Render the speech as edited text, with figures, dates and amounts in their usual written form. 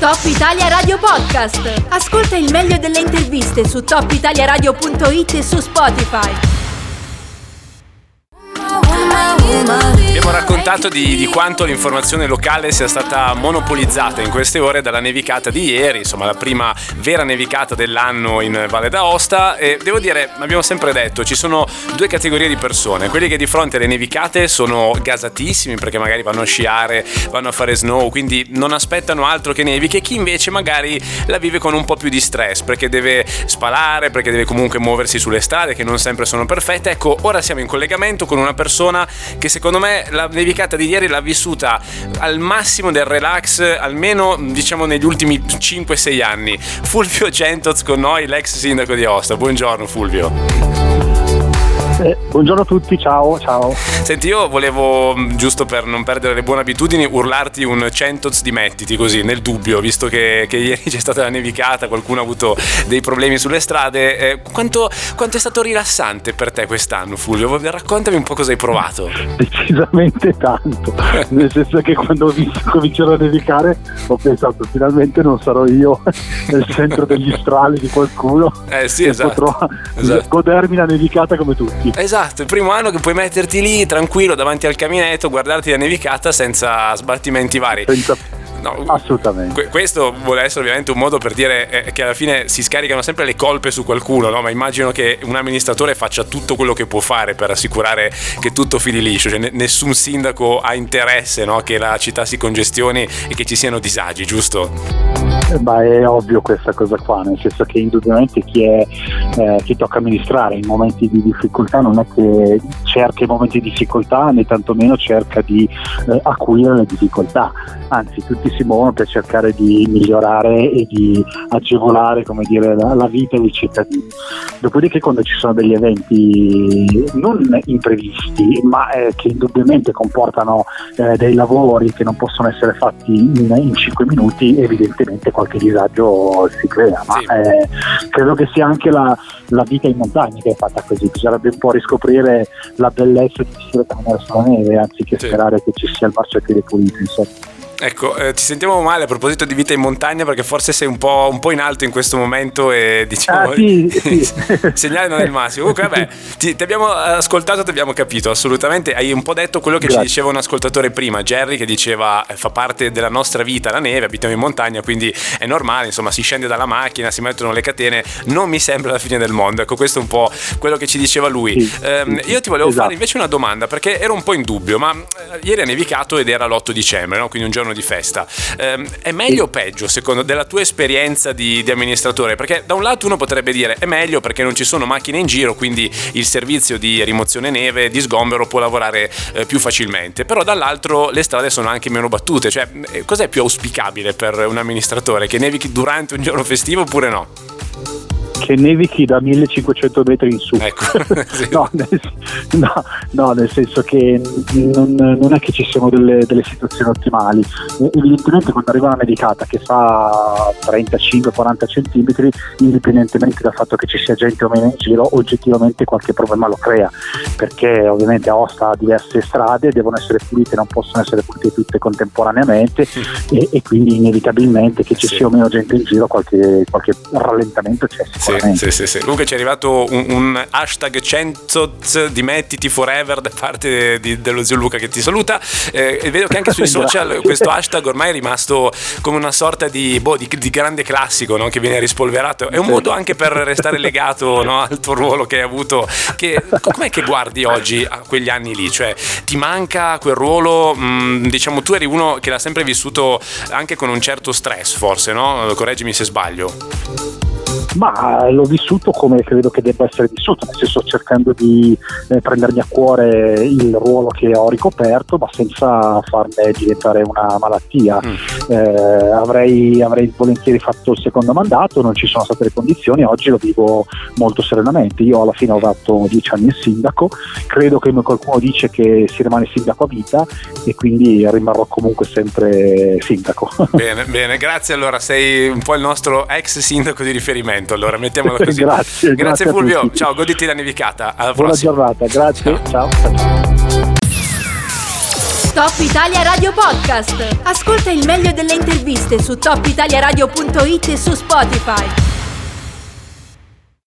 Top Italia Radio Podcast. Ascolta il meglio delle interviste su topitaliaradio.it e su Spotify. Abbiamo raccontato di quanto l'informazione locale sia stata monopolizzata in queste ore dalla nevicata di ieri, insomma la prima vera nevicata dell'anno in Valle d'Aosta, e devo dire, abbiamo sempre detto, ci sono due categorie di persone: quelli che di fronte alle nevicate sono gasatissimi perché magari vanno a sciare, vanno a fare snow, quindi non aspettano altro che neviche, e chi invece magari la vive con un po' più di stress perché deve spalare, perché deve comunque muoversi sulle strade che non sempre sono perfette. Ecco, ora siamo in collegamento con una persona che secondo me la nevicata di ieri l'ha vissuta al massimo del relax, almeno diciamo negli ultimi 5-6 anni. Fulvio Gentoz con noi, l'ex sindaco di Aosta. Buongiorno Fulvio. Buongiorno a tutti, ciao. Senti, io volevo, giusto per non perdere le buone abitudini, urlarti un Gentoz dimettiti, così nel dubbio, visto che ieri c'è stata la nevicata, qualcuno ha avuto dei problemi sulle strade. Quanto è stato rilassante per te quest'anno, Fulvio? Raccontami un po' cosa hai provato. Decisamente tanto, nel senso che quando ho visto cominciare a nevicare ho pensato finalmente non sarò io nel centro degli strali di qualcuno, sì, e esatto. Potrò godermi la nevicata come tutti. Esatto, il primo anno che puoi metterti lì tranquillo davanti al caminetto, guardarti la nevicata senza sbattimenti vari. No, assolutamente. Questo vuole essere ovviamente un modo per dire che alla fine si scaricano sempre le colpe su qualcuno, no? Ma immagino che un amministratore faccia tutto quello che può fare per assicurare che tutto fili liscio, cioè nessun sindaco ha interesse, no? Che la città si congestioni e che ci siano disagi, giusto? Ma è ovvio questa cosa qua, nel senso che indubbiamente chi tocca amministrare in momenti di difficoltà non è che cerca i momenti di difficoltà, né tantomeno cerca di acuire le difficoltà, anzi tutti si muovono per cercare di migliorare e di agevolare, come dire, la vita dei cittadini. Dopodiché, quando ci sono degli eventi non imprevisti, ma che indubbiamente comportano dei lavori che non possono essere fatti in 5 minuti, evidentemente qualche disagio si crea, ma credo che sia anche la vita in montagna che è fatta così. Bisognerebbe un po' riscoprire la bellezza di vivere camminare sulla neve, anziché sperare che ci sia il marciapiede pulito, insomma. Ecco, ti sentiamo male a proposito di vita in montagna, perché forse sei un po' in alto in questo momento e diciamo sì. il segnale non è il massimo. Comunque vabbè, ti abbiamo ascoltato, ti abbiamo capito assolutamente. Hai un po' detto quello che Ci diceva un ascoltatore prima, Jerry, che diceva fa parte della nostra vita la neve, abitiamo in montagna, quindi è normale, insomma, si scende dalla macchina, si mettono le catene, non mi sembra la fine del mondo. Ecco, questo è un po' quello che ci diceva lui. Io ti volevo fare invece una domanda, perché ero un po' in dubbio, ma ieri ha nevicato ed era l'8 dicembre, no? Quindi un giorno di festa. È meglio o peggio, secondo della tua esperienza di amministratore? Perché da un lato uno potrebbe dire è meglio perché non ci sono macchine in giro, quindi il servizio di rimozione neve, di sgombero può lavorare più facilmente, però dall'altro le strade sono anche meno battute. Cioè, cos'è più auspicabile per un amministratore? Che nevichi durante un giorno festivo oppure no? Che nevichi da 1500 metri in su. Ecco. Sì. No, nel senso che non è che ci siano delle situazioni ottimali. Evidentemente quando arriva una nevicata che fa 35-40 centimetri, indipendentemente dal fatto che ci sia gente o meno in giro, oggettivamente qualche problema lo crea, perché ovviamente Aosta ha diverse strade, devono essere pulite, non possono essere pulite tutte contemporaneamente, e quindi inevitabilmente che ci sia o meno gente in giro qualche rallentamento c'è. Sì. Comunque ci è arrivato un hashtag Gentoz dimettiti forever da parte dello zio Luca, che ti saluta, e vedo che anche sui social questo hashtag ormai è rimasto come una sorta di grande classico, no? Che viene rispolverato. È un modo anche per restare legato, no? Al tuo ruolo che hai avuto. Com'è che guardi oggi a quegli anni lì? Cioè, ti manca quel ruolo? Diciamo, tu eri uno che l'ha sempre vissuto anche con un certo stress, forse, no? Correggimi se sbaglio. Ma l'ho vissuto come credo che debba essere vissuto, nel senso cercando di prendermi a cuore il ruolo che ho ricoperto, ma senza farne diventare una malattia. Avrei volentieri fatto il secondo mandato, non ci sono state le condizioni, oggi lo vivo molto serenamente. Io alla fine ho fatto 10 anni il sindaco, credo che qualcuno dice che si rimane sindaco a vita e quindi rimarrò comunque sempre sindaco. Bene, grazie. Allora sei un po' il nostro ex sindaco di riferimento, allora mettiamola così. Grazie Fulvio, ciao, goditi la nevicata, alla buona prossima. Giornata, grazie, ciao. Top Italia Radio Podcast. Ascolta il meglio delle interviste su topitaliaradio.it e su Spotify.